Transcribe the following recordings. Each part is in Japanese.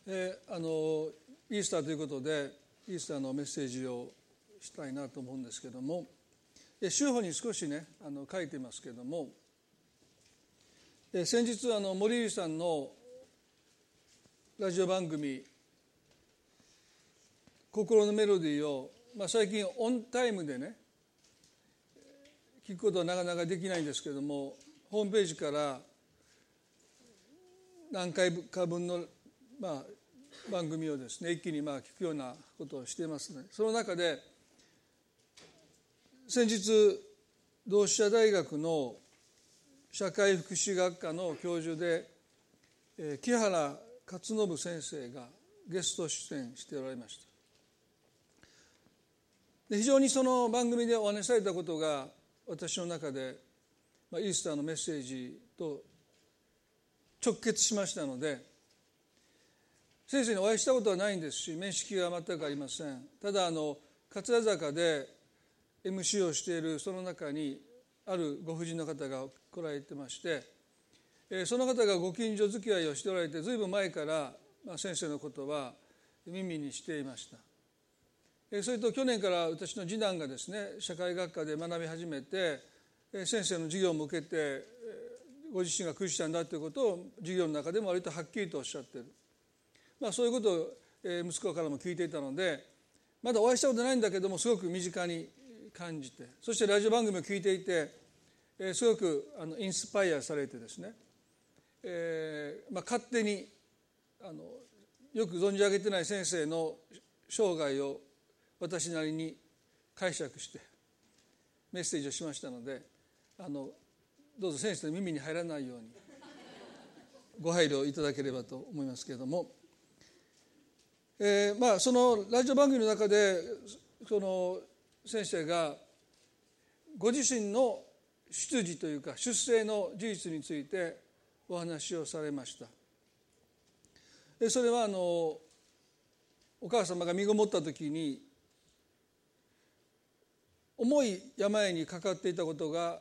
イースターということでイースターのメッセージをしたいなと思うんですけども、週報に少しね書いてますけども、先日森井さんのラジオ番組心のメロディーを、最近オンタイムでね聞くことはなかなかできないんですけども、ホームページから何回か分の番組をですね一気に聞くようなことをしていますね。その中で先日同志社大学の社会福祉学科の教授で木原勝信先生がゲスト出演しておられました。非常にその番組でお話しされたことが私の中でイースターのメッセージと直結しましたので、先生にお会いしたことはないんですし面識は全くありません。ただ桂坂で MC をしているその中にあるご婦人の方が来られてまして、その方がご近所付き合いをしておられて、ずいぶん前から先生のことは耳にしていました。それと去年から私の次男がですね社会学科で学び始めて、先生の授業も受けてご自身がクリスチャンだということを授業の中でも割とはっきりとおっしゃっている、そういうことを息子からも聞いていたので、まだお会いしたことないんだけどもすごく身近に感じて、そしてラジオ番組を聞いていてすごくインスパイアされてですね、勝手によく存じ上げてない先生の生涯を私なりに解釈してメッセージをしましたので、どうぞ先生の耳に入らないようにご配慮いただければと思いますけれども、そのラジオ番組の中でその先生がご自身の出自というか出生の事実についてお話をされました。それはお母様が身ごもった時に重い病にかかっていたことが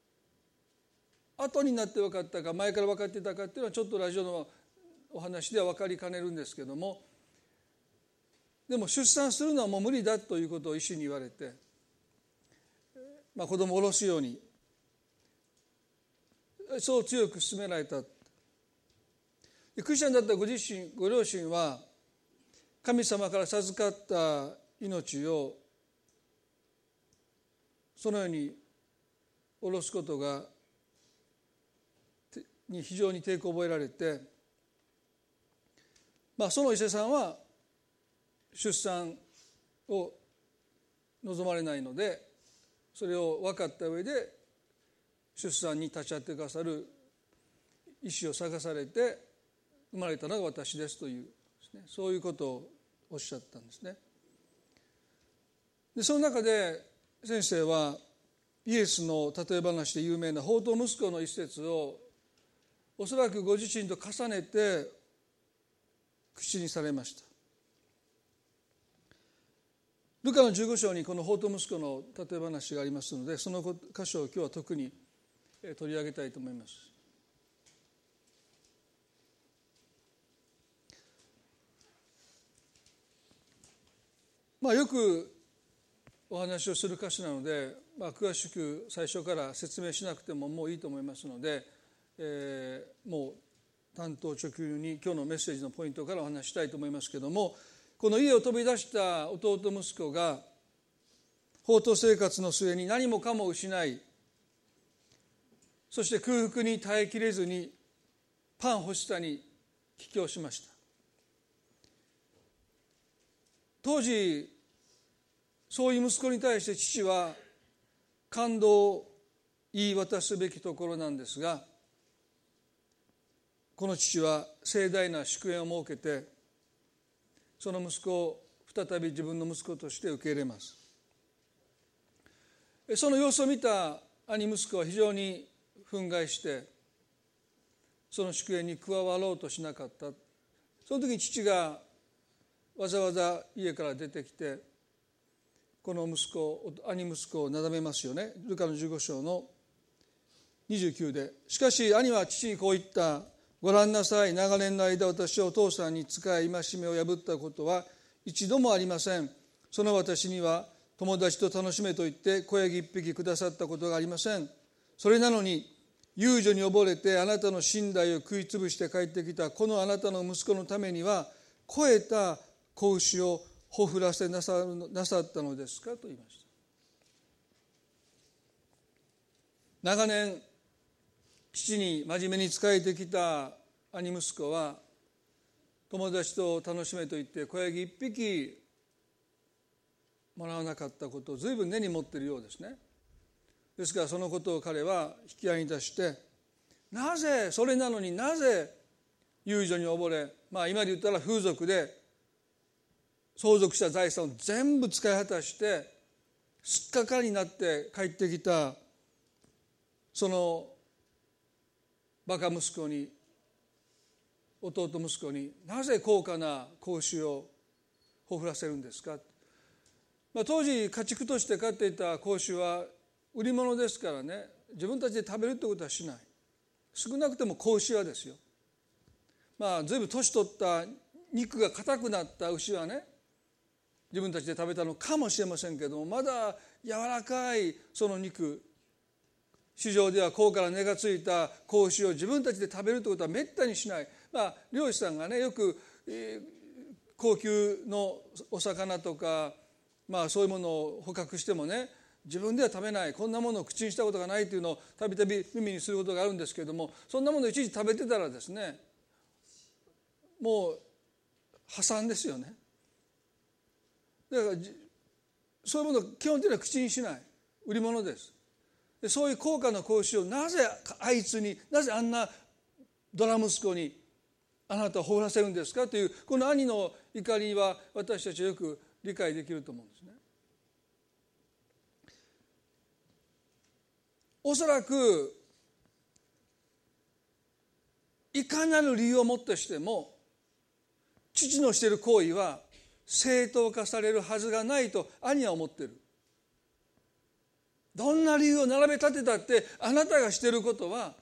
後になって分かったか前から分かっていたかっていうのはちょっとラジオのお話では分かりかねるんですけども、でも出産するのはもう無理だということを医師に言われて、子供を下ろすようにそう強く勧められた。クリスチャンだったご両親は神様から授かった命をそのように下ろすことに非常に抵抗を覚えられて、その医者さんは出産を望まれないので、それを分かった上で出産に立ち会ってくださる医師を探されて生まれたのが私ですというですね、そういうことをおっしゃったんですね。でその中で先生はイエスの例え話で有名な放蕩息子の一節をおそらくご自身と重ねて口にされました。ルカの15章にこの放蕩息子の例え話がありますので、その箇所を今日は特に取り上げたいと思います。よくお話をする箇所なので、詳しく最初から説明しなくてももういいと思いますので、もう単刀直入に今日のメッセージのポイントからお話したいと思いますけれども、この家を飛び出した弟息子が放蕩生活の末に何もかも失い、そして空腹に耐えきれずにパン欲しさに帰郷しました。当時そういう息子に対して父は感動を言い渡すべきところなんですが、この父は盛大な祝宴を設けてその息子を再び自分の息子として受け入れます。その様子を見た兄息子は非常に憤慨してその祝宴に加わろうとしなかった。その時に父がわざわざ家から出てきてこの兄息子をなだめますよね。ルカの15章の29で、しかし兄は父にこう言った。 ご覧なさい、長年の間私はお父さんに仕え戒めを破ったことは一度もありません。その私には友達と楽しめと言って子ヤギ一匹くださったことがありません。それなのに遊女に溺れてあなたの身代を食いつぶして帰ってきたこのあなたの息子のためには肥えた子牛をほふらせなさったのですかと言いました。長年父に真面目に仕えてきた兄息子は友達と楽しめと言って子ヤギ一匹もらわなかったことを随分根に持っているようですね。ですからそのことを彼は引き合いに出して、なぜそれなのになぜ遊女に溺れ、今で言ったら風俗で相続した財産を全部使い果たしてすっかかりになって帰ってきたそのバカ息子に、弟息子になぜ高価な子牛をほふらせるんですか。当時家畜として飼っていた子牛は売り物ですからね、自分たちで食べるってことはしない。少なくても子牛はですよ。ずいぶん年取った肉が硬くなった牛はね、自分たちで食べたのかもしれませんけども、まだ柔らかいその肉、市場では高価な値がついた子牛を自分たちで食べるということはめったにしない。漁師さんがね、よく高級のお魚とか、そういうものを捕獲してもね、自分では食べない、こんなものを口にしたことがないというのをたびたび耳にすることがあるんですけれども、そんなものを一時食べてたらですね、もう破産ですよね。だからそういうものを基本的には口にしない、売り物です。でそういう高価な子牛をなぜあいつに、なぜあんなドラ息子にあなたは放らせるんですかというこの兄の怒りは私たちはよく理解できると思うんですね。おそらくいかなる理由をもってしても父のしている行為は正当化されるはずがないと兄は思っている。どんな理由を並べ立てたってあなたがしていることは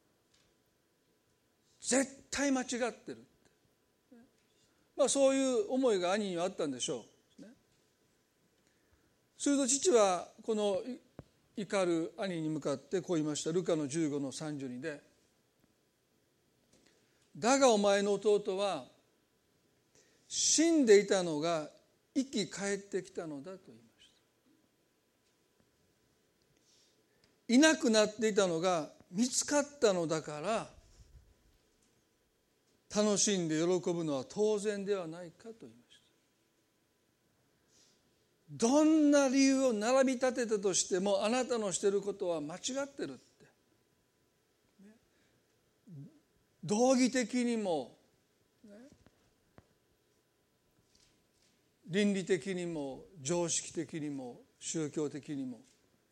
絶対間違ってる。そういう思いが兄にはあったんでしょう。すると父はこの怒る兄に向かってこう言いました。ルカの15の32で、だがお前の弟は死んでいたのが生き返ってきたのだと言いました。いなくなっていたのが見つかったのだから楽しんで喜ぶのは当然ではないかと言いました。どんな理由を並び立てたとしてもあなたのしていることは間違ってるって、道義的にも倫理的にも常識的にも宗教的にも、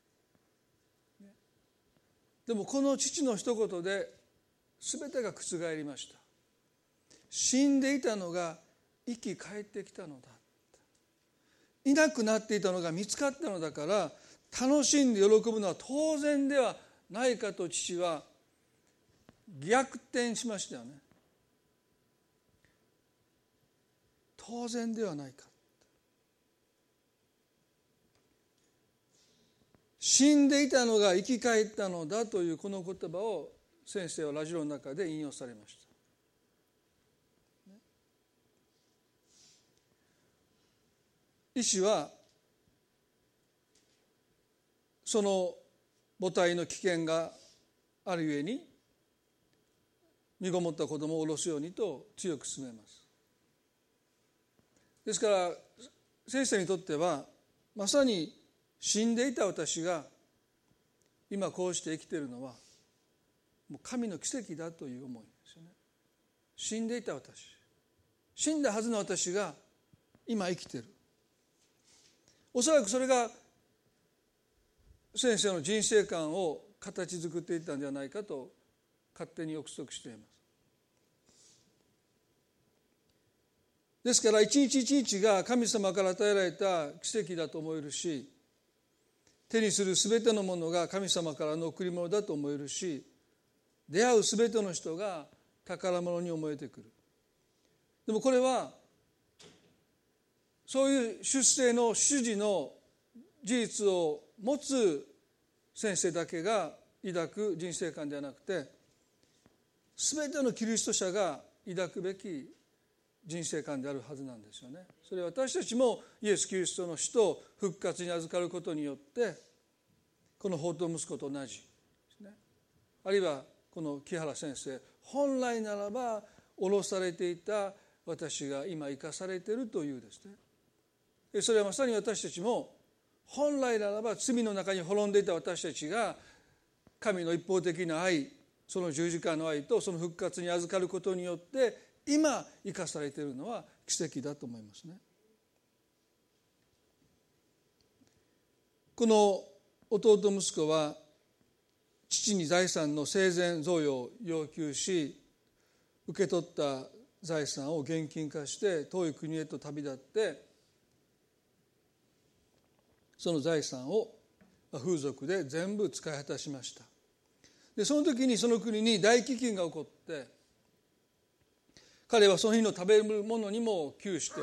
でもこの父の一言で全てが覆りました。死んでいたのが生き返ってきたのだ、いなくなっていたのが見つかったのだから楽しんで喜ぶのは当然ではないかと父は逆転しましたよね。当然ではないか、死んでいたのが生き返ったのだというこの言葉を先生はラジオの中で引用されました。医師はその母体の危険があるゆえに身ごもった子供を下ろすようにと強く勧めます。ですから先生にとってはまさに死んでいた私が今こうして生きているのはもう神の奇跡だという思いですよね。死んでいた私、死んだはずの私が今生きている。おそらくそれが先生の人生観を形作っていったんではないかと勝手に憶測しています。ですから一日一日が神様から与えられた奇跡だと思えるし、手にするすべてのものが神様からの贈り物だと思えるし、出会うすべての人が宝物に思えてくる。でもこれはそういう出生の主事の事実を持つ先生だけが抱く人生観ではなくて、全てのキリスト者が抱くべき人生観であるはずなんですよね。それは私たちもイエス・キリストの死と復活に預かることによってこの放蕩息子と同じですね。あるいはこの木原先生、本来ならば降ろされていた私が今生かされているというですね、それはまさに私たちも本来ならば罪の中に滅んでいた私たちが神の一方的な愛、その十字架の愛とその復活に預かることによって今生かされているのは奇跡だと思いますね。この弟息子は父に財産の生前贈与を要求し、受け取った財産を現金化して遠い国へと旅立って、その財産を風俗で全部使い果たしました。でその時にその国に大飢饉が起こって、彼はその日の食べるものにも窮して、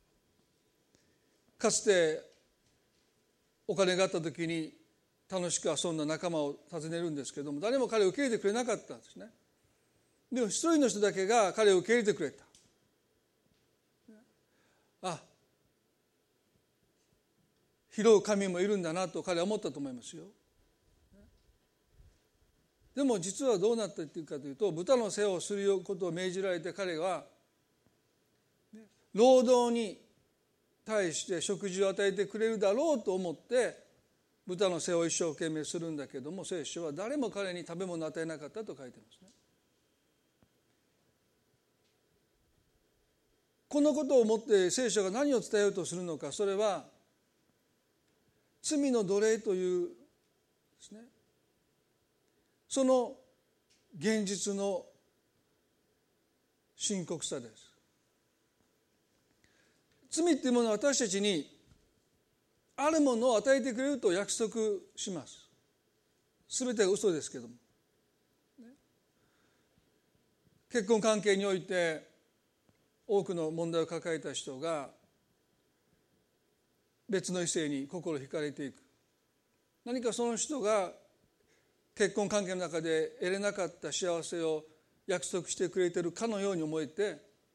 かつてお金があった時に楽しく遊んだ仲間を訪ねるんですけれども、誰も彼を受け入れてくれなかったんですね。でも一人の人だけが彼を受け入れてくれた。拾う神もいるんだなと彼は思ったと思いますよ。でも実はどうなったかというと、豚の世話をすることを命じられて、彼は労働に対して食事を与えてくれるだろうと思って豚の世話を一生懸命するんだけども、聖書は誰も彼に食べ物を与えなかったと書いてますね。このことをもって聖書が何を伝えようとするのか、それは罪の奴隷というですね、その現実の深刻さです。罪っていうものは私たちにあるものを与えてくれると約束します。すべてが嘘ですけども、結婚関係において多くの問題を抱えた人が別の異性に心惹かれていく。何かその人が結婚関係の中で得れなかった幸せを約束してくれているかのように思えて、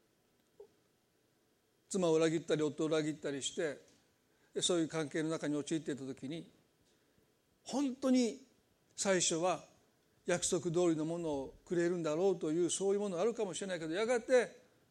妻を裏切ったり夫を裏切ったりしてそういう関係の中に陥っていた時に、本当に最初は約束通りのものをくれるんだろうというそういうものがあるかもしれないけど、やがて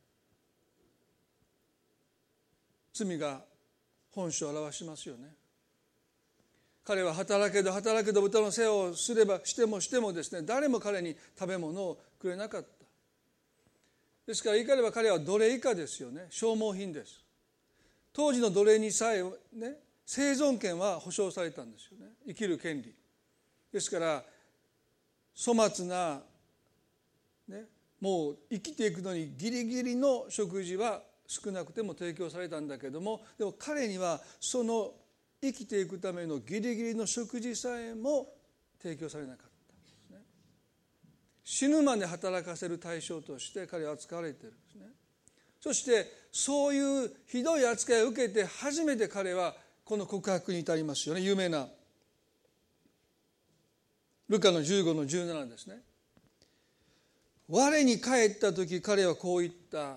罪が本性を表しますよね。彼は働けど豚の世話をすればしてもですね、誰も彼に食べ物をくれなかった。ですから言い換えれば彼は奴隷以下ですよね。消耗品です。当時の奴隷にさえね、生存権は保障されたんですよね。生きる権利ですから、粗末な、ね、もう生きていくのにギリギリの食事は少なくても提供されたんだけども、でも彼にはその生きていくためのギリギリの食事さえも提供されなかったんですね。死ぬまで働かせる対象として彼は扱われているんですね。そしてそういうひどい扱いを受けて初めて彼はこの告白に至りますよね。有名なルカの15の17ですね。我に帰った時彼はこう言った。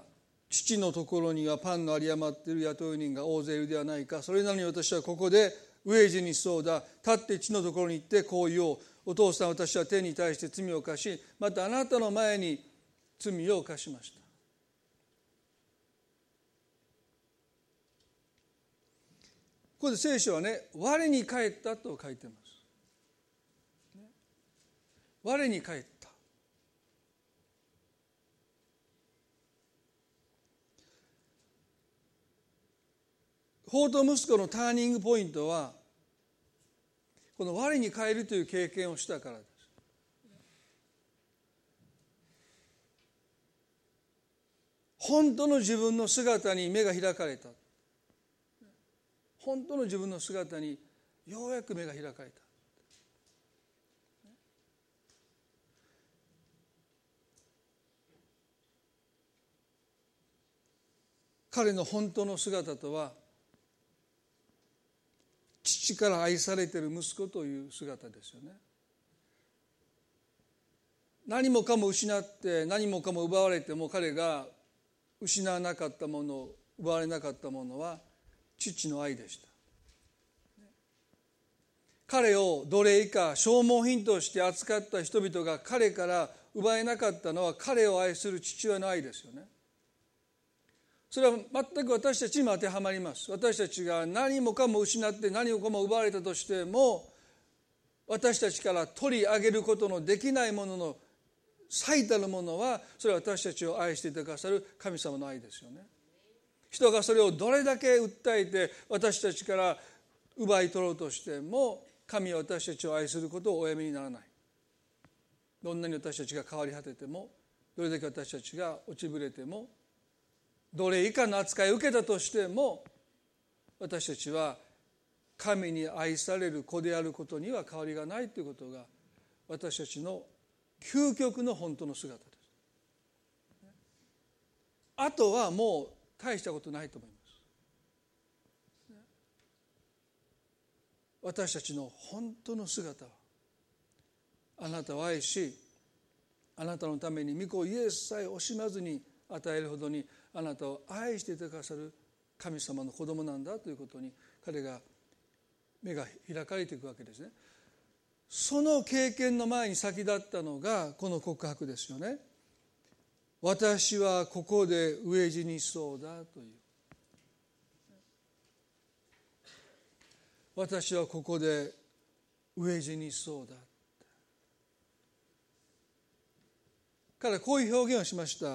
父のところにはパンの有り余っている雇い人が大勢いるではないか。それなのに私はここで飢え死にしそうだ。立って父のところに行ってこう言おう。お父さん、私は天に対して罪を犯し、またあなたの前に罪を犯しました。ここで聖書はね、我に帰ったと書いてます。我に帰った。放蕩息子のターニングポイントはこの我に帰るという経験をしたからです。本当の自分の姿に目が開かれた。本当の自分の姿にようやく目が開かれた。 彼の本当の姿とは、父から愛されている息子という姿ですよね。何もかも失って何もかも奪われても、彼が失わなかったもの、奪われなかったものは父の愛でした。彼を奴隷以下消耗品として扱った人々が彼から奪えなかったのは、彼を愛する父親の愛ですよね。それは全く私たちにも当てはまります。私たちが何もかも失って何もかも奪われたとしても、私たちから取り上げることのできないものの最たるものは、それは私たちを愛していてくださる神様の愛ですよね。人がそれをどれだけ訴えて私たちから奪い取ろうとしても、神は私たちを愛することをおやめにならない。どんなに私たちが変わり果てても、どれだけ私たちが落ちぶれても、奴隷以下の扱いを受けたとしても、私たちは神に愛される子であることには変わりがないということが、私たちの究極の本当の姿です。あとはもう大したことないと思います。私たちの本当の姿は、あなたを愛し、あなたのために御子イエスさえ惜しまずに与えるほどにあなたを愛していてくださる神様の子供なんだということに、彼が目が開かれていくわけですね。その経験の前に先立ったのがこの告白ですよね。私はここで飢え死にしそうだという。私はここで飢え死にしそうだ。彼はこういう表現をしました。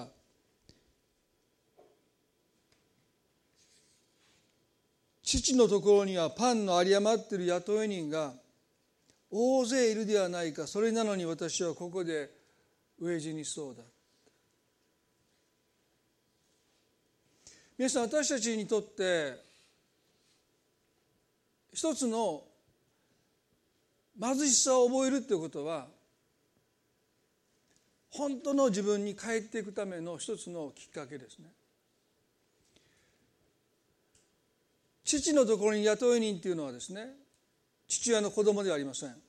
父のところにはパンの有り余っている雇い人が大勢いるではないか。それなのに私はここで飢え死にしそうだ。皆さん、私たちにとって一つの貧しさを覚えるということは、本当の自分に帰っていくための一つのきっかけですね。父のところに雇い人というのはですね、父親の子供ではありません。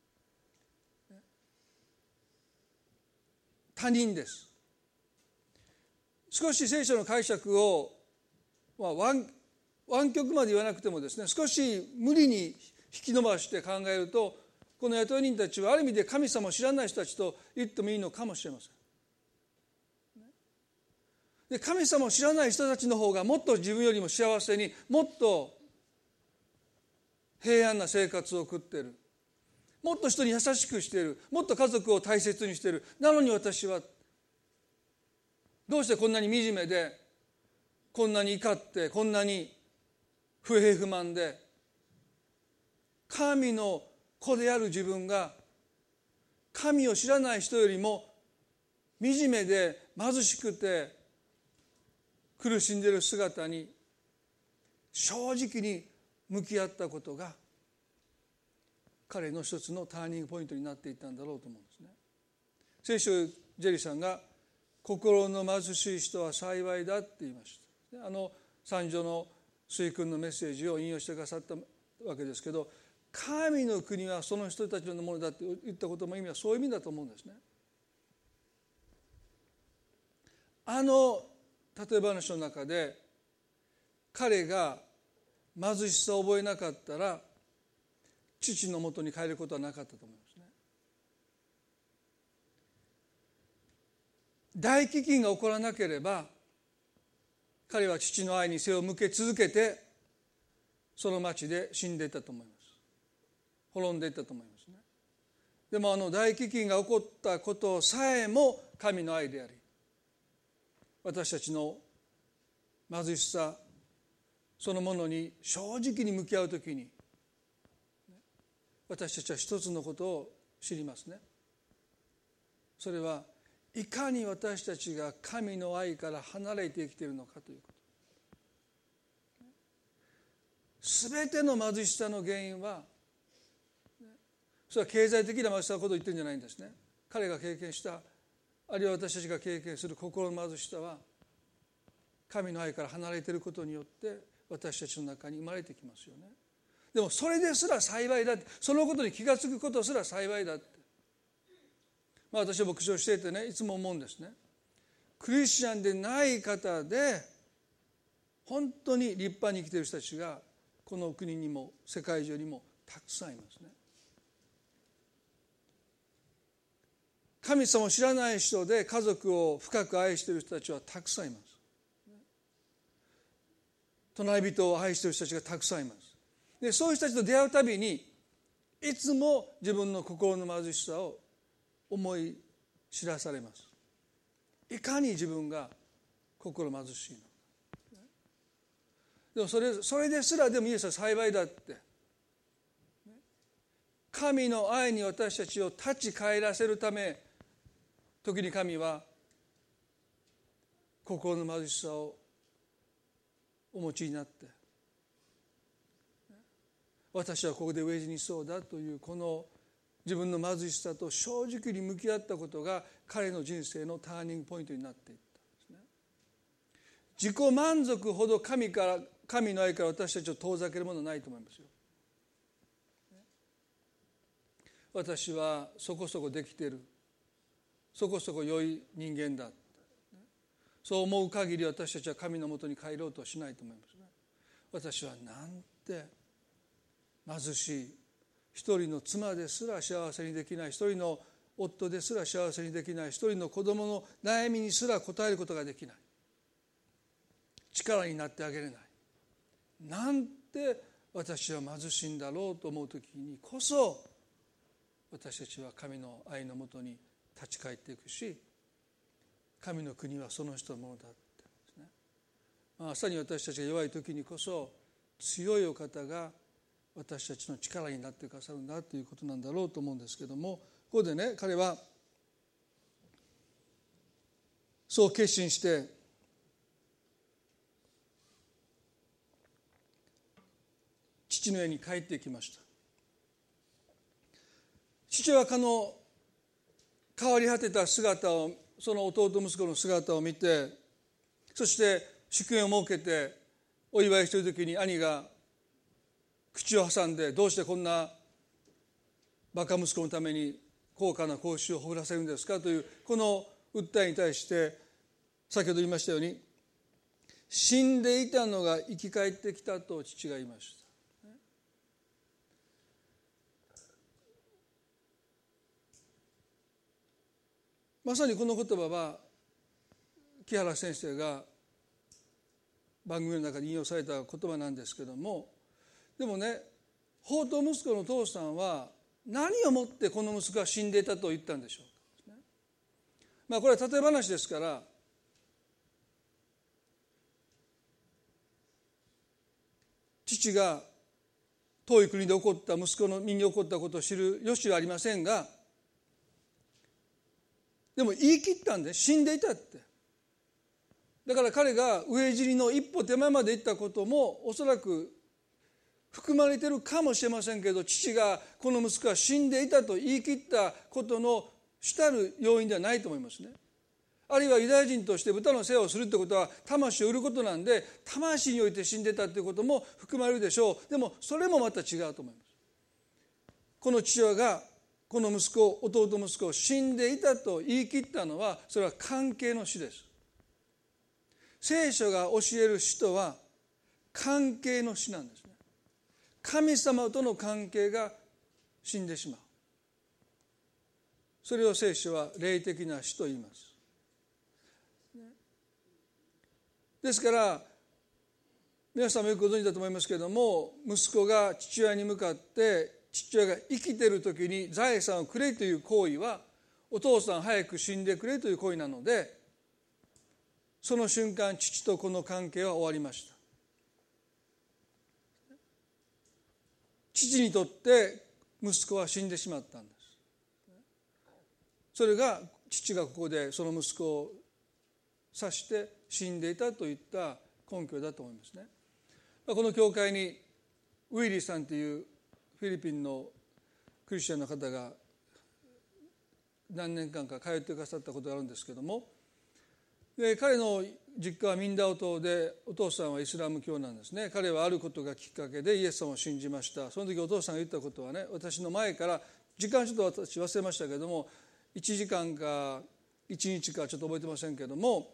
他人です。少し聖書の解釈を、湾曲まで言わなくてもですね、少し無理に引き伸ばして考えると、この雇い人たちはある意味で神様を知らない人たちと言ってもいいのかもしれません。で、神様を知らない人たちの方がもっと自分よりも幸せに、もっと平安な生活を送っている、もっと人に優しくしている、もっと家族を大切にしている。なのに私はどうしてこんなに惨めで、こんなに怒って、こんなに不平不満で、神の子である自分が神を知らない人よりも惨めで貧しくて苦しんでいる姿に正直に向き合ったことが、彼の一つのターニングポイントになっていったんだろうと思うんですね。聖書ジェリーさんが心の貧しい人は幸いだって言いました。三女の水君のメッセージを引用してくださったわけですけど、神の国はその人たちのものだって言ったことも意味はそういう意味だと思うんですね。例え話の中で彼が貧しさを覚えなかったら父のもとに帰ることはなかったと思いますね。大飢饉が起こらなければ彼は父の愛に背を向け続けてその町で死んでいったと思います。滅んでいったと思いますね。でも大飢饉が起こったことさえも神の愛であり、私たちの貧しさそのものに正直に向き合うときに、私たちは一つのことを知りますね。それはいかに私たちが神の愛から離れて生きているのかということ。すべての貧しさの原因は、それは経済的な貧しさのことを言ってるんじゃないんですね。彼が経験した、あるいは私たちが経験する心の貧しさは、 神の愛から離れていることによって私たちの中に生まれてきますよね。でもそれですら幸いだって、そのことに気がつくことすら幸いだって、私は牧師をしていてね、いつも思うんですね。クリスチャンでない方で本当に立派に生きている人たちがこの国にも世界中にもたくさんいますね。神様を知らない人で家族を深く愛している人たちはたくさんいます。隣人を愛している人たちがたくさんいます。でそういう人たちと出会うたびにいつも自分の心の貧しさを思い知らされます。いかに自分が心貧しいのか。でもそれですらでもイエスは幸いだって、神の愛に私たちを立ち返らせるため、時に神は心の貧しさをお持ちになって、私はここで飢え死にしそうだというこの自分の貧しさと正直に向き合ったことが彼の人生のターニングポイントになっていったんですね。自己満足ほど神の愛から私たちを遠ざけるものはないと思いますよ。私はそこそこできている、そこそこ良い人間だ、そう思う限り私たちは神のもとに帰ろうとはしないと思いますね。私はなんて貧しい、一人の妻ですら幸せにできない、一人の夫ですら幸せにできない、一人の子供の悩みにすら応えることができない、力になってあげれない、なんて私は貧しいんだろうと思うときにこそ、私たちは神の愛のもとに立ち返っていくし、神の国はその人のものだってですね。朝に私たちが弱い時にこそ強いお方が私たちの力になってくださるんだということなんだろうと思うんですけども、ここでね、彼はそう決心して父の家に帰ってきました。父はこの変わり果てた姿を、その弟息子の姿を見て、そして祝宴を設けてお祝いしている時に兄が口を挟んで、どうしてこんなバカ息子のために高価な報酬をほぐらせるんですかというこの訴えに対して、先ほど言いましたように、死んでいたのが生き返ってきたと父が言いました。まさにこの言葉は木原先生が番組の中で引用された言葉なんですけども、でもね、放蕩息子の父さんは何をもってこの息子は死んでいたと言ったんでしょうか。これは例え話ですから、父が遠い国で起こった息子の身に起こったことを知る由はありませんが、でも言い切ったんで、死んでいたって。だから彼が飢え死にの一歩手前まで行ったこともおそらく含まれているかもしれませんけど、父がこの息子は死んでいたと言い切ったことの主たる要因ではないと思いますね。あるいはユダヤ人として豚の世話をするってことは魂を売ることなんで、魂において死んでたっていうことも含まれるでしょう。でもそれもまた違うと思います。この父親がこの息子、弟息子を死んでいたと言い切ったのは、それは関係の死です。聖書が教える死とは関係の死なんですね。神様との関係が死んでしまう。それを聖書は霊的な死と言います。ですから皆さんもよくご存知だと思いますけれども、息子が父親に向かって父親が生きている時に財産をくれという行為は、お父さん早く死んでくれという行為なので、その瞬間父と子の関係は終わりました。父にとって息子は死んでしまったんです。それが父がここでその息子を指して死んでいたといった根拠だと思いますね。この教会にウィリーさんというフィリピンのクリスチャンの方が何年間か通ってくださったことがあるんですけども、 で彼の実家はミンダオ島で、お父さんはイスラム教なんですね。彼はあることがきっかけでイエス様を信じました。その時お父さんが言ったことはね、私の前から時間ちょっと私忘れましたけども、1時間か1日かちょっと覚えてませんけども、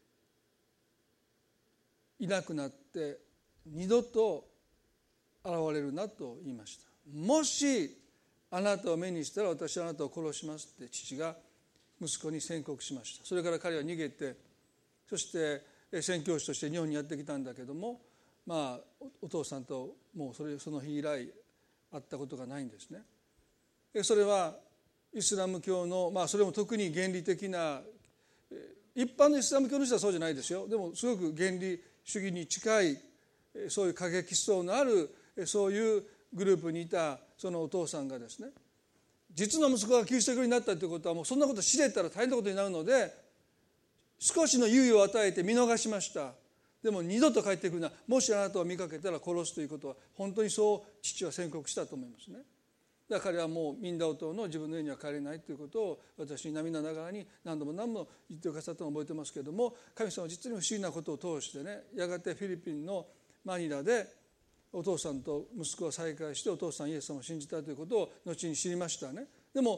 いなくなって二度と現れるなと言いました。もしあなたを目にしたら私はあなたを殺しますって父が息子に宣告しました。それから彼は逃げて、そして宣教師として日本にやってきたんだけども、お父さんともうその日以来会ったことがないんですね。それはイスラム教の、それも特に原理的な、一般のイスラム教の人はそうじゃないですよ。でもすごく原理主義に近い、そういう過激思想のあるそういうグループにいたそのお父さんがですね、実の息子がキリスト教になったということはもうそんなこと知れたら大変なことになるので、少しの猶予を与えて見逃しました。でも二度と帰ってくるな、もしあなたを見かけたら殺すということは本当にそう父は宣告したと思いますね。だから彼はもうミンダオ島の自分の家には帰れないということを私に涙ながらに何度も言ってくださったのを覚えてますけれども、神様は実に不思議なことを通してね、やがてフィリピンのマニラでお父さんと息子が再会して、お父さんイエス様を信じたということを後に知りましたね。でも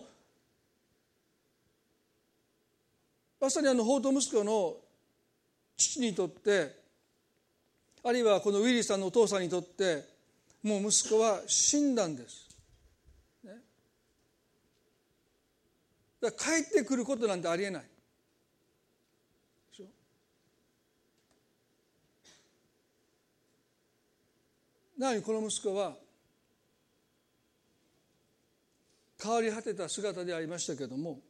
まさに放蕩息子の父にとって、あるいはこのウィリーさんのお父さんにとって、もう息子は死んだんです、ね、だから帰ってくることなんてありえないでしょ。なのにこの息子は変わり果てた姿でありましたけれども、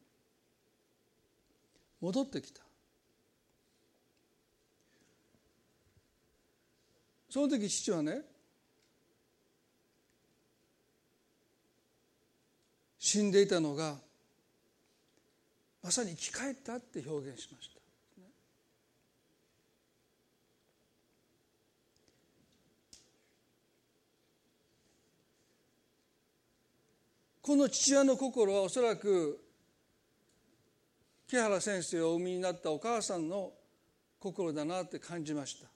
戻ってきた。その時父はね、死んでいたのがまさに生き返ったって表現しました。この父親の心はおそらく木原先生をお産みになったお母さんの心だなって感じました。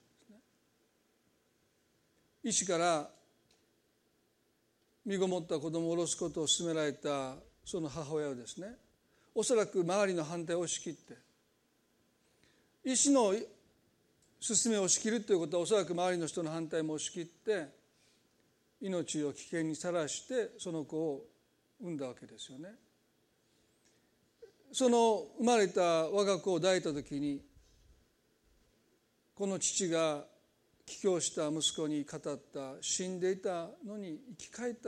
医師から身ごもった子供を下ろすことを勧められたその母親はですね、おそらく周りの反対を押し切って、医師の勧めを押し切るということはおそらく周りの人の反対も押し切って命を危険にさらしてその子を産んだわけですよね。その生まれた我が子を抱いた時に、この父が帰郷した息子に語った、死んでいたのに生き返った、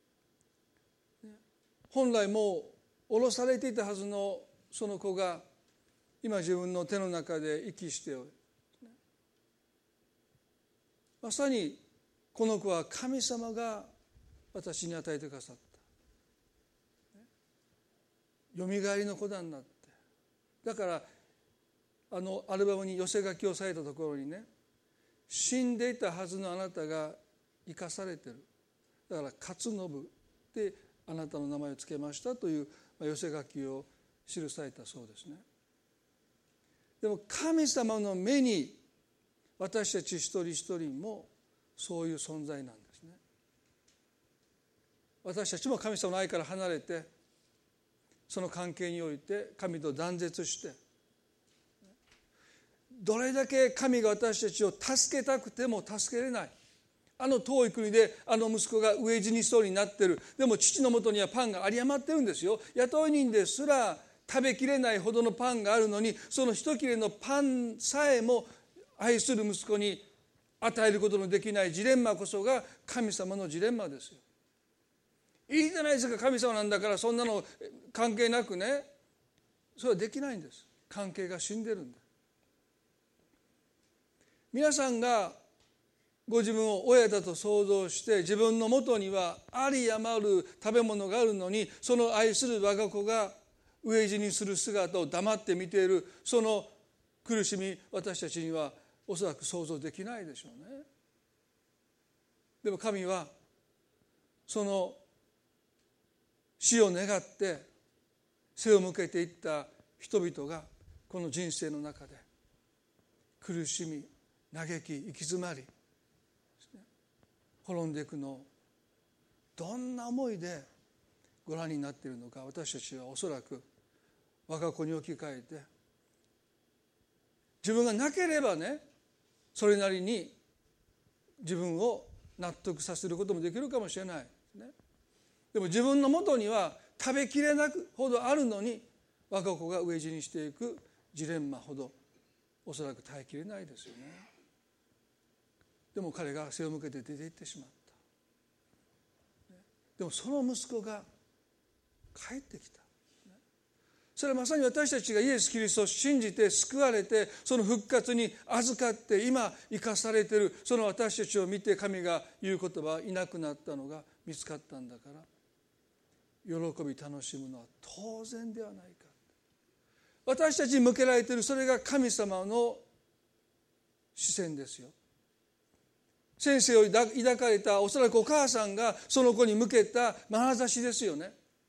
本来もう降ろされていたはずのその子が今自分の手の中で息しておる。まさにこの子は神様が私に与えてくださったよみがえりの子だになって、だからアルバムに寄せ書きをされたところにね、死んでいたはずのあなたが生かされている、だから勝信であなたの名前を付けましたという寄せ書きを記されたそうですね。でも神様の目に私たち一人一人もそういう存在なんですね。私たちも神様の愛から離れて、その関係において神と断絶して、どれだけ神が私たちを助けたくても助けれない、遠い国で息子が飢え死にしそうになってる、でも父のもとにはパンが有り余ってるんですよ。雇い人ですら食べきれないほどのパンがあるのに、その一切れのパンさえも愛する息子に与えることのできないジレンマこそが神様のジレンマですよ。いいじゃないですか、神様なんだからそんなの関係なくね、それはできないんです。関係が死んでるんだ。皆さんがご自分を親だと想像して、自分のもとにはあり余る食べ物があるのに、その愛する我が子が飢え死にする姿を黙って見ている、その苦しみ、私たちにはおそらく想像できないでしょうね。でも神はその死を願って背を向けていった人々がこの人生の中で苦しみ、嘆き、行き詰まり、滅んでいくのをどんな思いでご覧になっているのか、私たちはおそらく我が子に置き換えて、自分がなければね、それなりに自分を納得させることもできるかもしれない、ね、でも自分のもとには食べきれなくほどあるのに、我が子が飢え死にしていくジレンマほどおそらく耐えきれないですよね。でも彼が背を向けて出て行ってしまった。でもその息子が帰ってきた。それはまさに私たちがイエス・キリストを信じて救われて、その復活に預かって今生かされているその私たちを見て、神が言う言葉は、いなくなったのが見つかったんだから、喜び楽しむのは当然ではないか。私たちに向けられているそれが神様の視線ですよ。先生を抱かれたおそらくお母さんがその子に向けた眼差しですよね。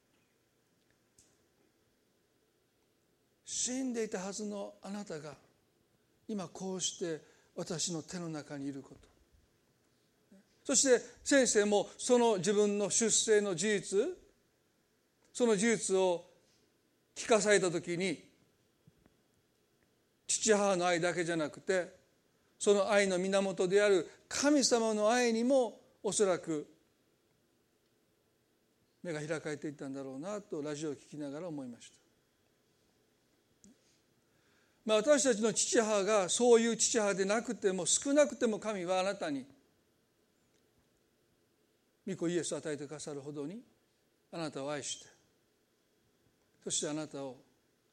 死んでいたはずのあなたが今こうして私の手の中にいること、そして先生もその自分の出生の事実、その事実を聞かされたときに、父母の愛だけじゃなくて、その愛の源である神様の愛にもおそらく目が開かれていったんだろうなと、ラジオを聞きながら思いました。私たちの父母がそういう父母でなくても、少なくても神はあなたに御子イエスを与えてくださるほどにあなたを愛して、そしてあなたを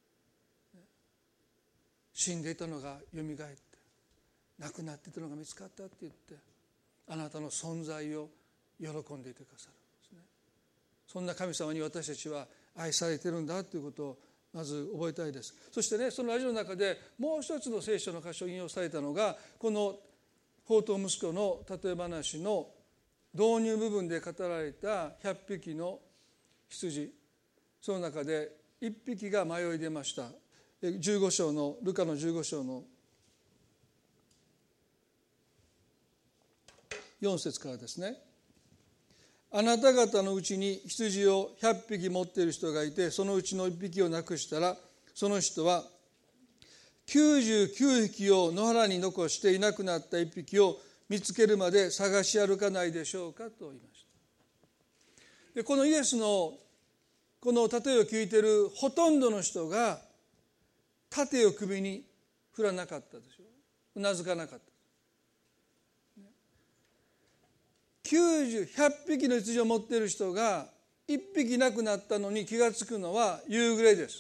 死んでいたのがよみがえって、亡くなっていたのが見つかったって言って、あなたの存在を喜んでいてくださるんですね。そんな神様に私たちは愛されているんだということをまず覚えたいです。そしてね、そのラジオの中でもう一つの聖書の箇所を引用されたのが、この放蕩息子の例え話の導入部分で語られた100匹の羊、その中で1匹が迷い出ました。15章のルカの15章の4節からですね。あなた方のうちに羊を100匹持っている人がいて、そのうちの1匹をなくしたら、その人は99匹を野原に残していなくなった1匹を見つけるまで探し歩かないでしょうかと言いました。でこのイエスのこの例えを聞いているほとんどの人が盾を首に振らなかったでしょう。うなずかなかった。100匹の羊を持っている人が1匹なくなったのに気がつくのは夕暮れです。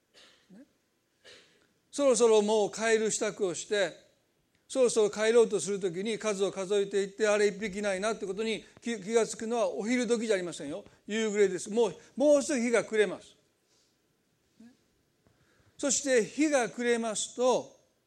そろそろもう帰る支度をして、そろそろ帰ろうとするときに数を数えていって、あれ1匹ないなってことに気がつくのはお昼時じゃありませんよ。夕暮れです。もうすぐ日が暮れます。そして日が暮れますと、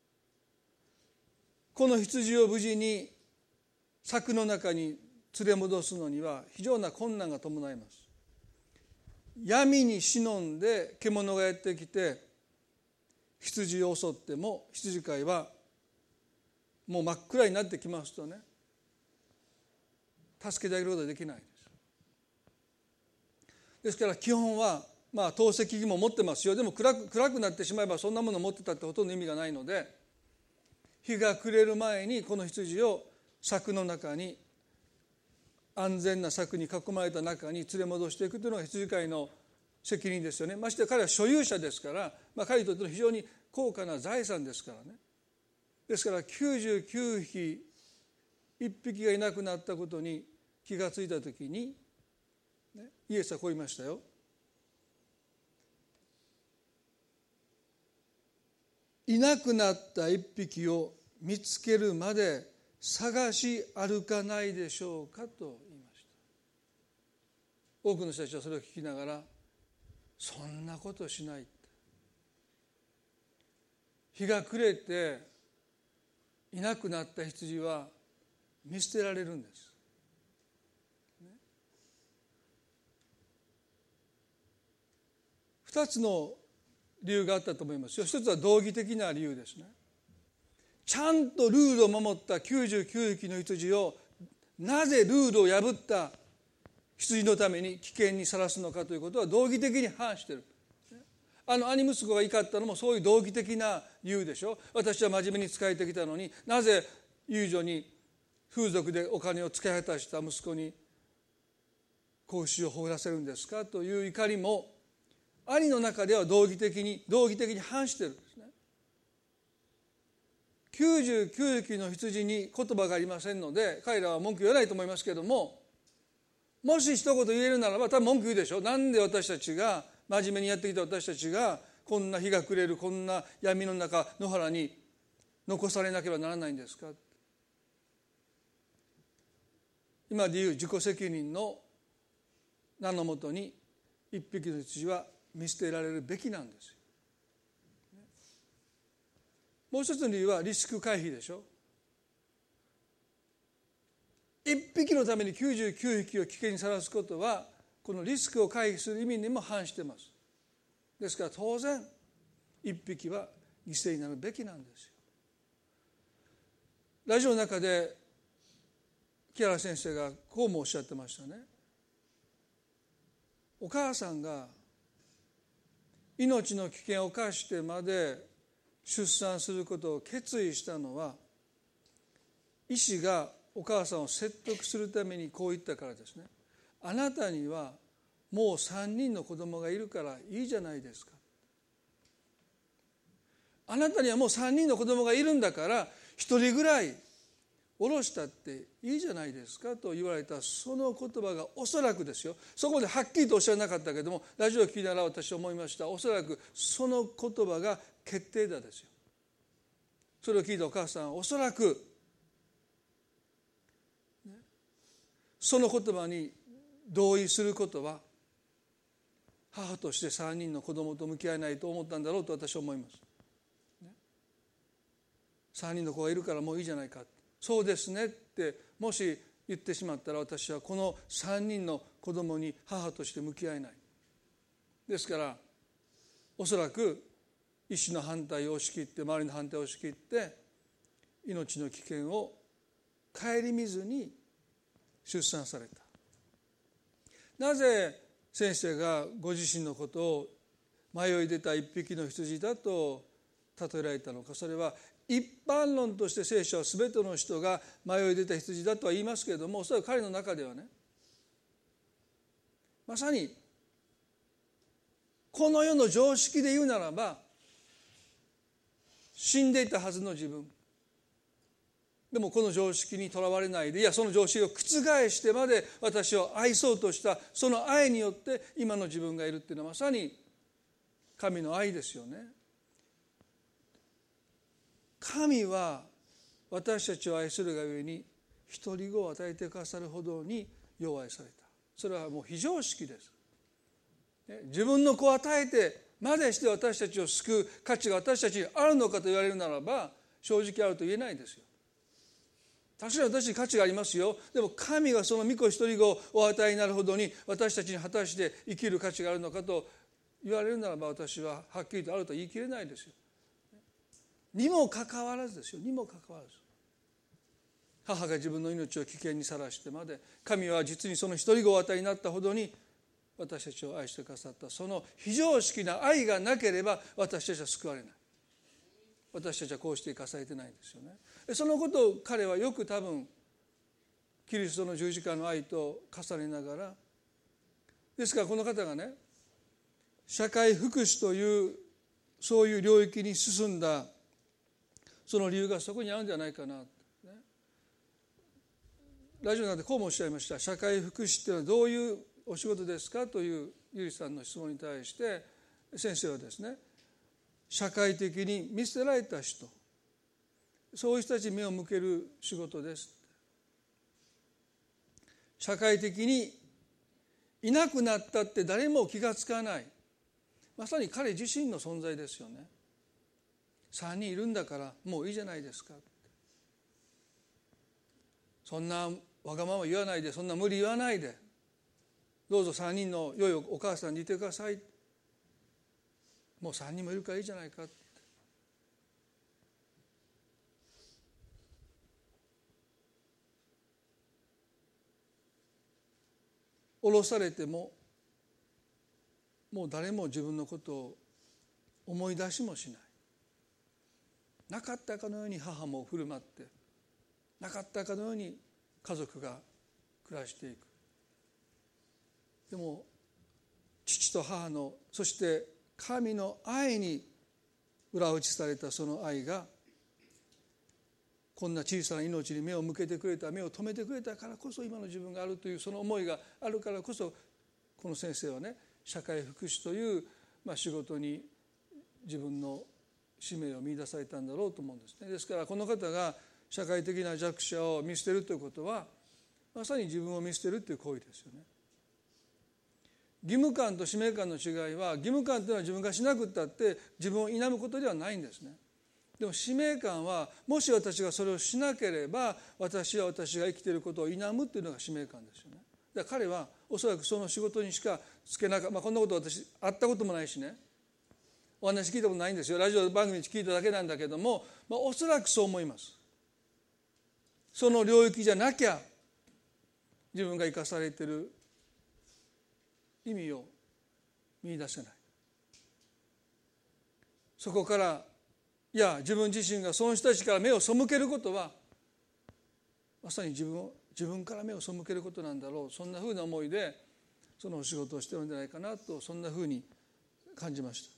この羊を無事に柵の中に連れ戻すのには非常な困難が伴います。闇に忍んで獣がやってきて羊を襲っても、羊飼いはもう真っ暗になってきますとね、助けてあげることはできないです。ですから基本は透析器も持ってますよ。でも暗くなってしまえばそんなもの持ってたってほとんど意味がないので、日が暮れる前にこの羊を柵の中に、安全な柵に囲まれた中に連れ戻していくというのが羊飼いの責任ですよね。まして彼は所有者ですから、彼にとっての非常に高価な財産ですからね。ですから99匹1匹がいなくなったことに気がついたときに、イエスはこう言いましたよ。いなくなった1匹を見つけるまで探し歩かないでしょうかと言いました。多くの人たちはそれを聞きながら、そんなことしないって。日が暮れていなくなった羊は見捨てられるんです。2つの理由があったと思いますよ。一つは道義的な理由ですね。 ちゃんとルールを守った99匹の羊をなぜルールを破った羊のために危険にさらすのかということは道義的に反している。兄息子が怒ったのもそういう道義的な理由でしょ。私は真面目に仕えてきたのになぜ遊女に風俗でお金を使い果たした息子に子牛を放らせるんですかという怒りも兄の中では道義的に反しているんですね。99匹の羊に言葉がありませんので彼らは文句言わないと思いますけれども、もし一言言えるならば多分文句言うでしょ。なんで私たちが真面目にやってきた私たちがこんな日が暮れるこんな闇の中野原に残されなければならないんですか。今でいう自己責任の名のもとに一匹の羊は見捨てられるべきなんですよ。もう一つの理由はリスク回避でしょ。一匹のために99匹を危険にさらすことはこのリスクを回避する意味にも反しています。ですから当然一匹は犠牲になるべきなんですよ。ラジオの中で木原先生がこうもおっしゃってましたね。お母さんが命の危険を冒してまで出産することを決意したのは医師がお母さんを説得するためにこう言ったからですね。あなたにはもう3人の子供がいるからいいじゃないですか。あなたにはもう3人の子供がいるんだから1人ぐらい下ろしたっていいじゃないですかと言われたその言葉がおそらくですよ、そこではっきりとおっしゃらなかったけれどもラジオを聞きながら私は思いました。おそらくその言葉が決定打ですよ。それを聞いたお母さんはおそらくその言葉に同意することは母として3人の子供と向き合えないと思ったんだろうと私は思います。3人の子がいるからもういいじゃないか、そうですねってもし言ってしまったら私はこの3人の子供に母として向き合えない。ですからおそらく医師の反対を押し切って周りの反対を押し切って命の危険を顧みずに出産された。なぜ先生がご自身のことを迷い出た一匹の羊だと例えられたのか。それは一般論として聖書は全ての人が迷い出た羊だとは言いますけれども、それは彼の中ではね、まさにこの世の常識で言うならば死んでいたはずの自分でもこの常識にとらわれないで、いやその常識を覆してまで私を愛そうとしたその愛によって今の自分がいるっていうのはまさに神の愛ですよね。神は私たちを愛するがゆえに一人子を与えてくださるほどによう愛された。それはもう非常識です。自分の子を与えてまでして私たちを救う価値が私たちにあるのかと言われるならば正直あると言えないですよ。確かに私に価値がありますよ。でも神がその御子一人子をお与えになるほどに私たちに果たして生きる価値があるのかと言われるならば私ははっきりとあると言い切れないですよ。にもかかわらずですよ。にもかかわらず母が自分の命を危険にさらしてまで神は実にその一人子をお与えになったほどに私たちを愛してくださった。その非常識な愛がなければ私たちは救われない。私たちはこうして生かされてないんですよね。そのことを彼はよく多分キリストの十字架の愛と重ねながら、ですからこの方がね社会福祉というそういう領域に進んだその理由がそこにあるんじゃないかな、ラジオの中でこうもおっしゃいました。社会福祉っていうのはどういうお仕事ですかというゆりさんの質問に対して先生はですね、社会的に見捨てられた人、そういう人たちに目を向ける仕事です。社会的にいなくなったって誰も気がつかない、まさに彼自身の存在ですよね。3人いるんだからもういいじゃないですか。そんなわがまま言わないで、そんな無理言わないで、どうぞ3人の良いお母さんにいてください。もう3人もいるからいいじゃないか。 降ろされてももう誰も自分のことを思い出しもしない。なかったかのように母も振る舞って、なかったかのように家族が暮らしていく。でも父と母の、そして神の愛に裏打ちされたその愛が、こんな小さな命に目を向けてくれた、目を留めてくれたからこそ今の自分があるという、その思いがあるからこそ、この先生はね、社会福祉という仕事に自分の使命を見出されたんだろうと思うんですね。ですからこの方が社会的な弱者を見捨てるということは、まさに自分を見捨てるという行為ですよね。義務感と使命感の違いは、義務感というのは自分がしなくったって自分を否むことではないんですね。でも使命感は、もし私がそれをしなければ私は私が生きていることを否むというのが使命感ですよね。だから彼はおそらくその仕事にしかつけなかった、こんなこと私会ったこともないしね、お話聞いたことないんですよ。ラジオ番組に聞いただけなんだけども、おそらくそう思います。その領域じゃなきゃ自分が生かされている意味を見出せない。そこから、いや自分自身がその人たちから目を背けることは、まさに自分から目を背けることなんだろう、そんなふうな思いでそのお仕事をしているんじゃないかなと、そんなふうに感じました。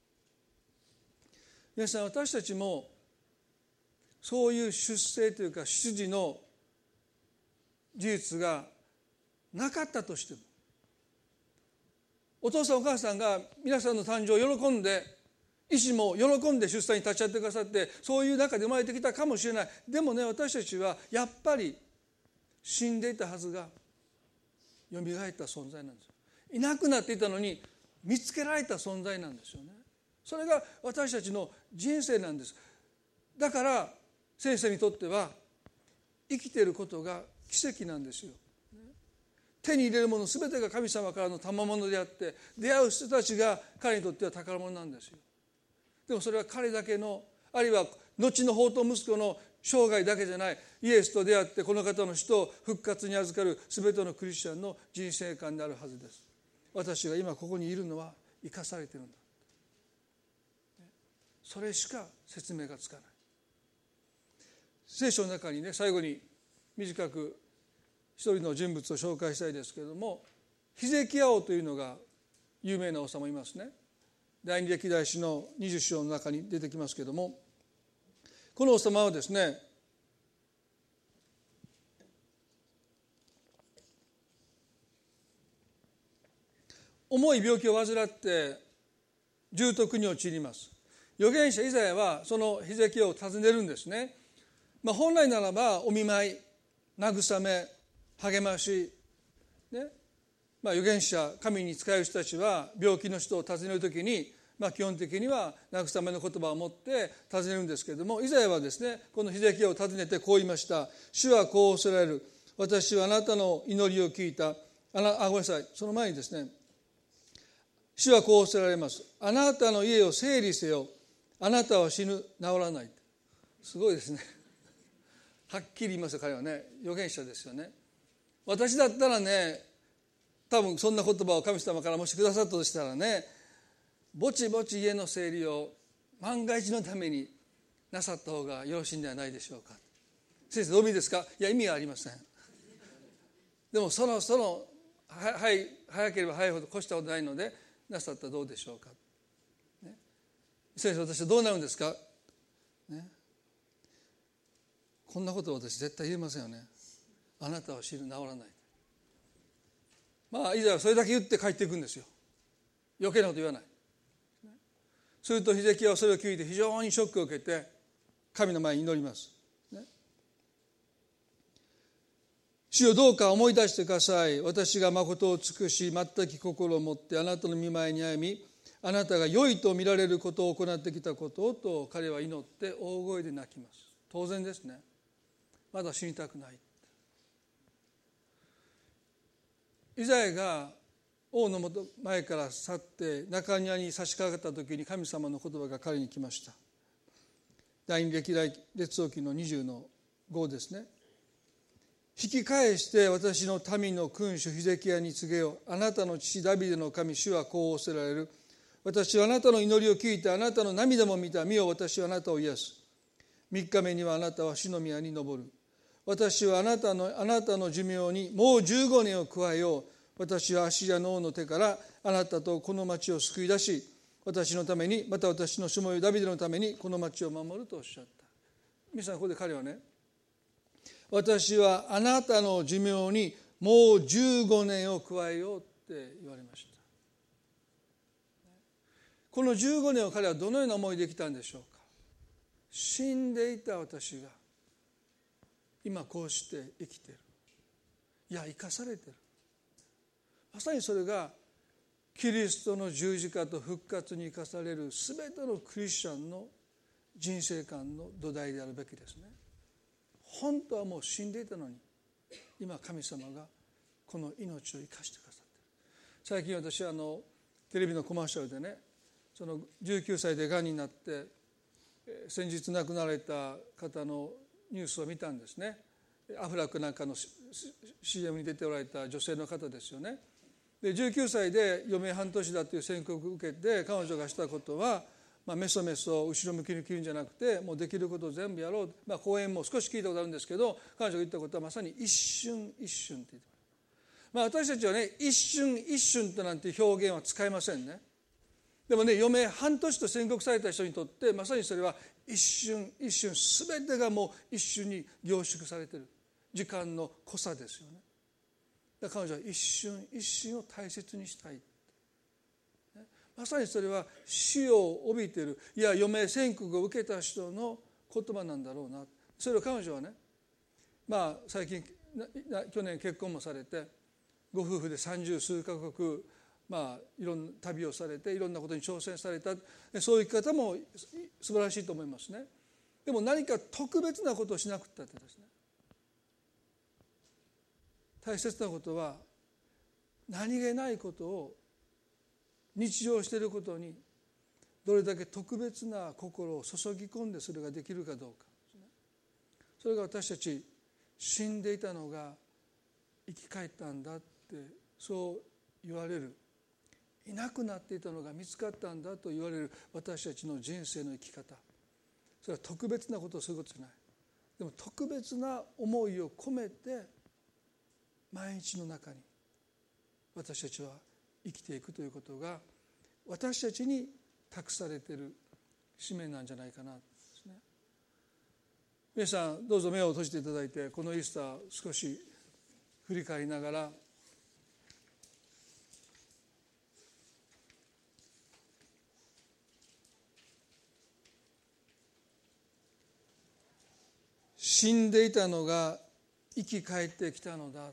皆さん、私たちもそういう出生というか出自の事実がなかったとしても、お父さんお母さんが皆さんの誕生を喜んで、医師も喜んで出産に立ち会ってくださって、そういう中で生まれてきたかもしれない。でもね、私たちはやっぱり死んでいたはずがよみがえった存在なんです。いなくなっていたのに見つけられた存在なんですよね。それが私たちの人生なんです。だから先生にとっては生きていることが奇跡なんですよ。手に入れるもの全てが神様からの賜物であって、出会う人たちが彼にとっては宝物なんですよ。でもそれは彼だけの、あるいは後の法と息子の生涯だけじゃない、イエスと出会ってこの方の死と復活に預かる全てのクリスチャンの人生観であるはずです。私が今ここにいるのは生かされているんだ、それしか説明がつかない。聖書の中にね、最後に短く一人の人物を紹介したいですけれども、ヒゼキヤ王というのが有名な王様いますね。第二歴代史の20章の中に出てきますけれども、この王様はですね、重い病気を患って重篤に陥ります。預言者イザヤはそのヒゼキヤを訪ねるんですね。本来ならばお見舞い、慰め、励まし、ね、預言者、神に仕える人たちは病気の人を訪ねるときに、基本的には慰めの言葉を持って訪ねるんですけれども、イザヤはですね、このヒゼキヤを訪ねてこう言いました。主はこうおっしゃられる。私はあなたの祈りを聞いた。ごめんなさい。その前にですね、主はこうおっしゃられます。あなたの家を整理せよ。あなたは死ぬ、治らない。すごいですね。はっきり言いますよ、彼はね。預言者ですよね。私だったらね、多分そんな言葉を神様からもしくださったとしたらね、ぼちぼち家の整理を万が一のためになさった方がよろしいんではないでしょうか。先生どういう意味ですか。いや、意味はありません。でもその早ければ早いほど越したことないのでなさったらどうでしょうか、ね、先生私はどうなるんですか、ね、こんなことを私絶対言えませんよね。あなたは死ぬ、治らない。イザヤはそれだけ言って帰っていくんですよ。余計なこと言わない。するとヒゼキヤはそれを聞いて非常にショックを受けて神の前に祈ります、ね、主よどうか思い出してください。私が誠を尽くし全く心を持ってあなたの御前に歩み、あなたが良いと見られることを行ってきたことをと彼は祈って大声で泣きます。当然ですね。まだ死にたくない。イザヤが王の前から去って中庭に差し掛かった時に神様の言葉が彼に来ました。第二歴代列王記の20の5ですね。 引き返して私の民の君主ヒゼキヤに告げよう。あなたの父ダビデの神主はこう仰せられる。私はあなたの祈りを聞いてあなたの涙も見た。見よ、私はあなたを癒す。3日目にはあなたは主の宮に登る。私はあなたの寿命にもう15年を加えよう。私はアッシリアの王の手からあなたとこの町を救い出し、私のために、また私のしもべダビデのためにこの町を守るとおっしゃった。皆さん、ここで彼はね、私はあなたの寿命にもう15年を加えようって言われました。この15年を彼はどのような思いできたんでしょうか。死んでいた私が今こうして生きている。いや、生かされている。まさにそれがキリストの十字架と復活に生かされるすべてのクリスチャンの人生観の土台であるべきですね。本当はもう死んでいたのに、今神様がこの命を生かしてくださっている。最近私はテレビのコマーシャルでね、その19歳でがんになって先日亡くなられた方のニュースを見たんですね。アフラックなんかの CM に出ておられた女性の方ですよね。で19歳で余命半年だという宣告を受けて、彼女がしたことは、メソメソ後ろ向きに切るんじゃなくて、もうできることを全部やろう。講演も少し聞いたことあるんですけど、彼女が言ったことはまさに一瞬一瞬って言ってます。私たちはね、一瞬一瞬となんていう表現は使えませんね。でもね、余命半年と宣告された人にとってまさにそれは一瞬一瞬全てがもう一瞬に凝縮されている時間の濃さですよね。だから彼女は一瞬一瞬を大切にしたい。まさにそれは死を帯びている、いや余命宣告を受けた人の言葉なんだろうな。それを彼女はね、最近去年結婚もされて、ご夫婦で30数カ国いろんな旅をされていろんなことに挑戦された、そういう生き方も素晴らしいと思いますね。でも何か特別なことをしなくったってですね、大切なことは何気ないことを日常していることにどれだけ特別な心を注ぎ込んでそれができるかどうかですね。それが私たち死んでいたのが生き返ったんだってそう言われる、いなくなっていたのが見つかったんだと言われる私たちの人生の生き方、それは特別なことをすることじゃない。でも特別な思いを込めて毎日の中に私たちは生きていくということが私たちに託されている使命なんじゃないかなですね。皆さんどうぞ目を閉じていただいて、このイースター少し振り返りながら、死んでいたのが生き返ってきたのだ。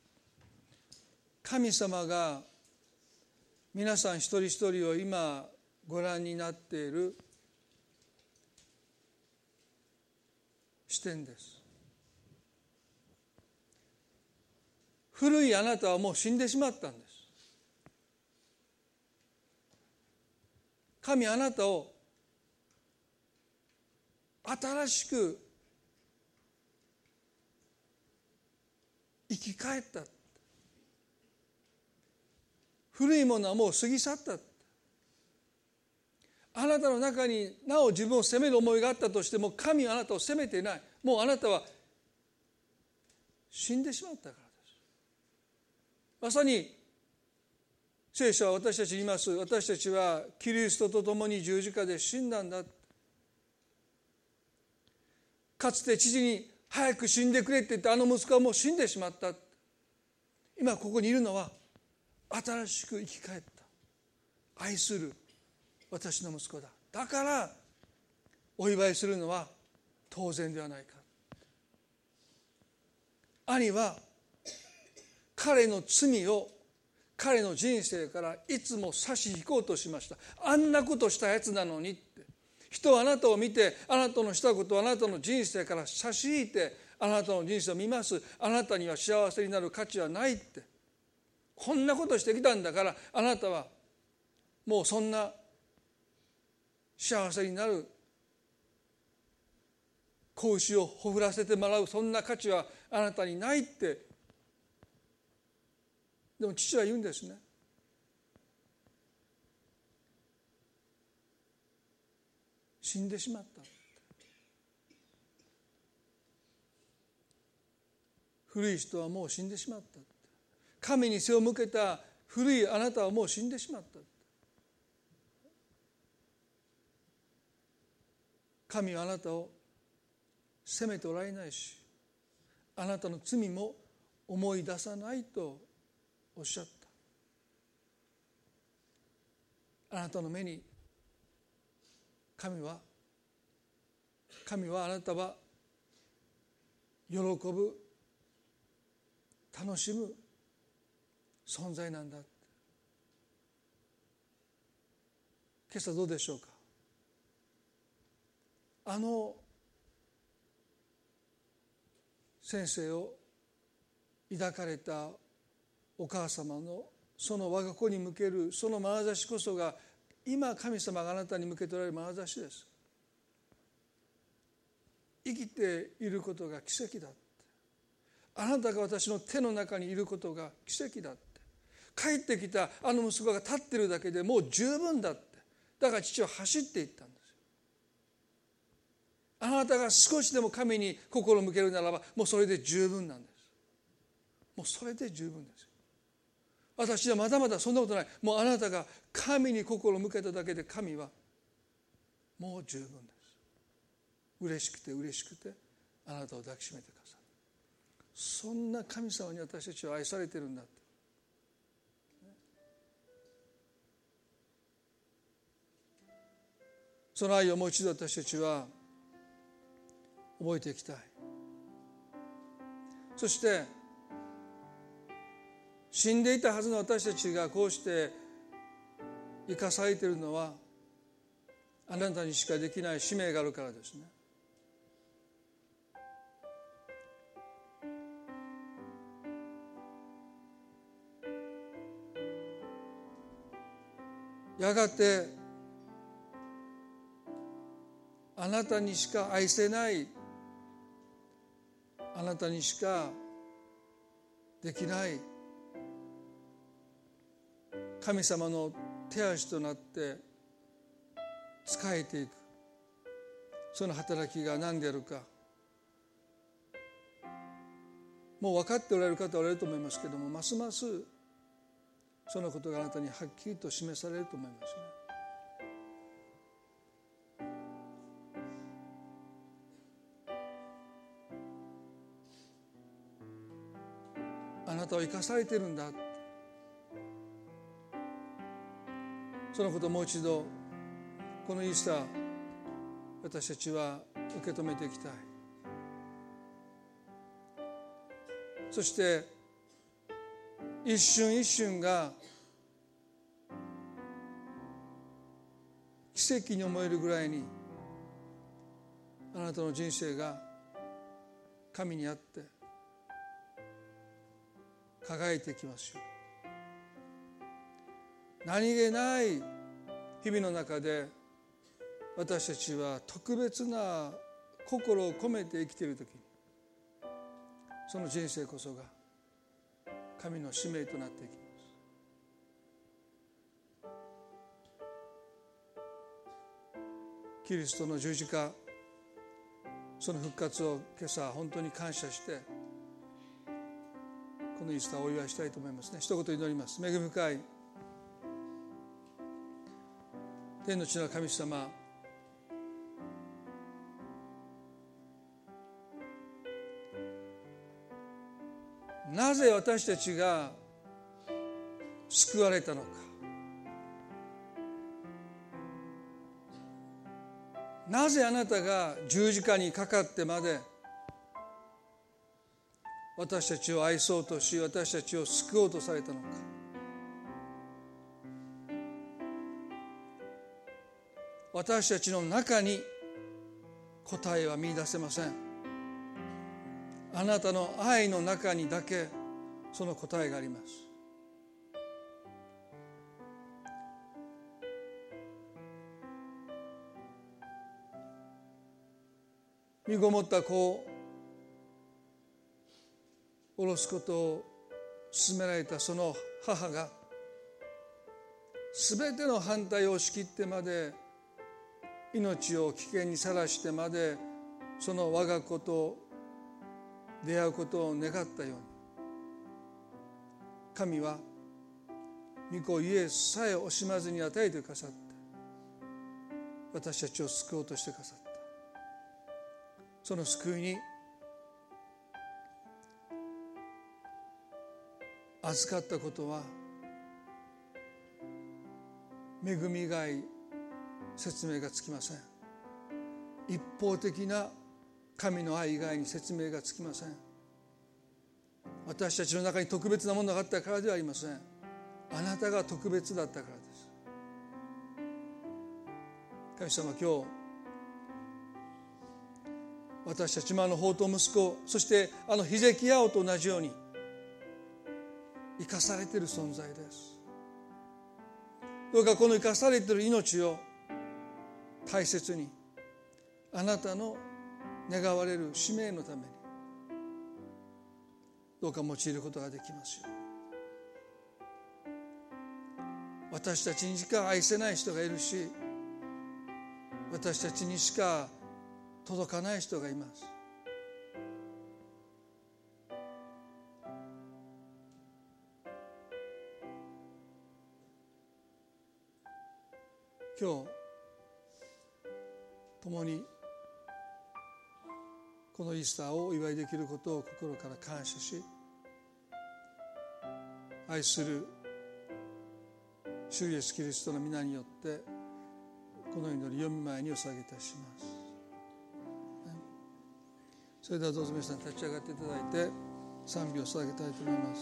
神様が皆さん一人一人を今ご覧になっている視点です。古いあなたはもう死んでしまったんです。神あなたを新しく生き返った。古いものはもう過ぎ去った。あなたの中になお自分を責める思いがあったとしても、神はあなたを責めていない。もうあなたは死んでしまったからです。まさに聖書は私たちに言います。私たちはキリストと共に十字架で死んだんだ。かつて父に早く死んでくれって言ったあの息子はもう死んでしまった。今ここにいるのは新しく生き返った愛する私の息子だ。だからお祝いするのは当然ではないか。兄は彼の罪を彼の人生からいつも差し引こうとしました。あんなことしたやつなのにって、人はあなたを見てあなたのしたことをあなたの人生から差し引いてあなたの人生を見ます。あなたには幸せになる価値はないって、こんなことしてきたんだからあなたはもうそんな幸せになる子牛をほふらせてもらうそんな価値はあなたにないって。でも父は言うんですね。死んでしまった。古い人はもう死んでしまった。神に背を向けた古いあなたはもう死んでしまった。神はあなたを責めておられないし、あなたの罪も思い出さないとおっしゃった。あなたの目に神はあなたは喜ぶ、楽しむ存在なんだ。今朝どうでしょうか。あの先生を抱かれたお母様のその我が子に向けるその眼差しこそが今神様があなたに向けておられる眼差しです。生きていることが奇跡だって。あなたが私の手の中にいることが奇跡だって。帰ってきたあの息子が立ってるだけでもう十分だって。だから父は走っていったんですよ。あなたが少しでも神に心を向けるならばもうそれで十分なんです。もうそれで十分ですよ。私はまだまだそんなことない。もうあなたが神に心を向けただけで神はもう十分です。嬉しくて嬉しくてあなたを抱きしめてください。そんな神様に私たちは愛されているんだって。その愛をもう一度私たちは覚えていきたい。そして死んでいたはずの私たちがこうして生かされているのはあなたにしかできない使命があるからですね。やがてあなたにしか愛せない、あなたにしかできない神様の手足となって仕えていく、その働きが何であるかもう分かっておられる方はおられると思いますけれども、ますますそのことがあなたにはっきりと示されると思いますね。あなたは生かされているんだ、そのことをもう一度このイースター私たちは受け止めていきたい。そして一瞬一瞬が奇跡に思えるぐらいにあなたの人生が神にあって輝いていきますよ。何気ない日々の中で私たちは特別な心を込めて生きているときにその人生こそが神の使命となっていきます。キリストの十字架、その復活を今朝本当に感謝してこのイースターをお祝いしたいと思いますね。一言祈ります。恵み深い天の地の神様、なぜ私たちが救われたのか、なぜあなたが十字架にかかってまで私たちを愛そうとし私たちを救おうとされたのか。私たちの中に答えは見出せません。あなたの愛の中にだけその答えがあります。 身ごもった子を下ろすことを勧められたその母がすべての反対を押し切ってまで命を危険にさらしてまでその我が子と出会うことを願ったように、神は御子イエスさえ惜しまずに与えてくださって私たちを救おうとしてくださった。その救いに預かったことは恵み以外説明がつきません。一方的な神の愛以外に説明がつきません。私たちの中に特別なものがあったからではありません。あなたが特別だったからです。神様、今日私たちも放蕩息子、そしてヒゼキヤ王と同じように生かされている存在です。どうかこの生かされている命を大切にあなたの願われる使命のためにどうか用いることができますよう。私たちにしか愛せない人がいるし、私たちにしか届かない人がいます。今日共にこのイースターをお祝いできることを心から感謝し、愛する主イエスキリストの皆によってこの祈りを御前にお捧げいたします。それではどうぞ皆さん立ち上がっていただいて賛美を捧げたいと思います。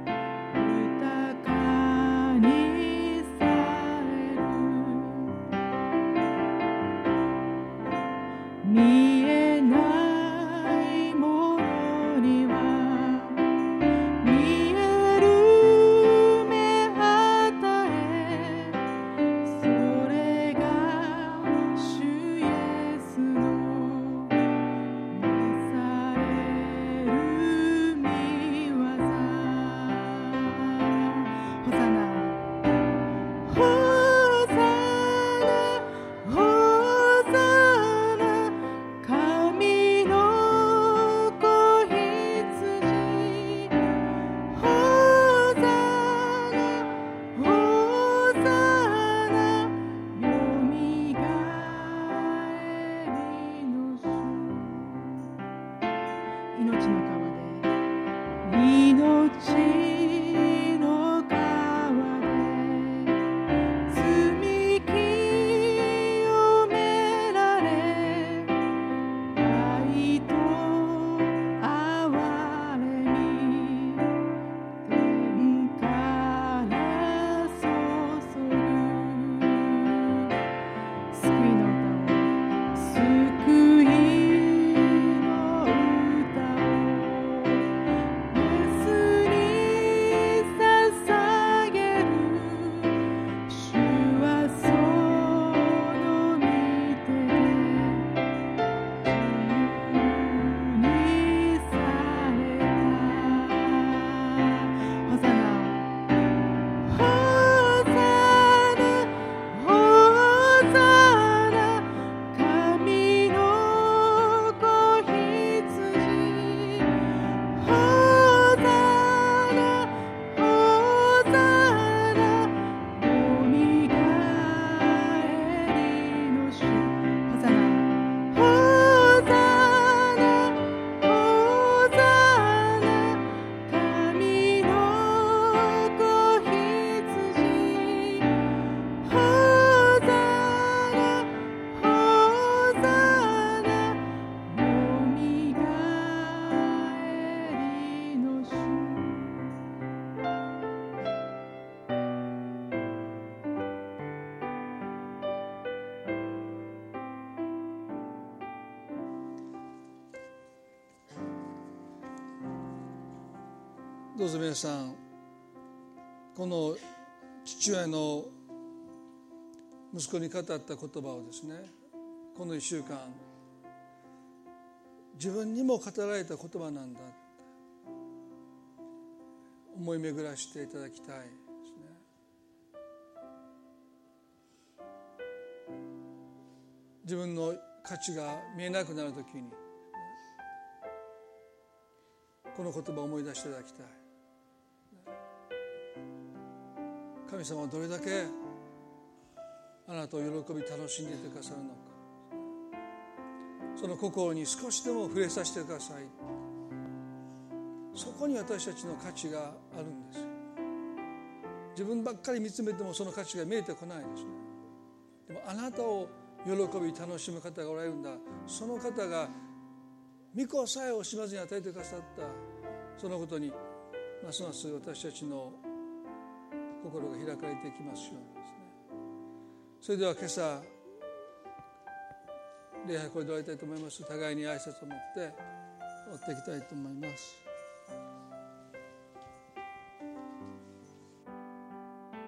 「 どうぞ皆さん、この父親の息子に語った言葉をですね、この1週間自分にも語られた言葉なんだって思い巡らしていただきたいですね。自分の価値が見えなくなるときにこの言葉を思い出していただきたい。神様はどれだけあなたを喜び楽しんでいてくださるのか、その心に少しでも触れさせてください。そこに私たちの価値があるんです。自分ばっかり見つめてもその価値が見えてこないですね。でもあなたを喜び楽しむ方がおられるんだ。その方が御子さえ惜しまずに与えてくださった、そのことにますます私たちの心が開かれていきますようにですね。それでは今朝礼拝これで終わりたいと思います。互いに挨拶を持って終わっていきたいと思います。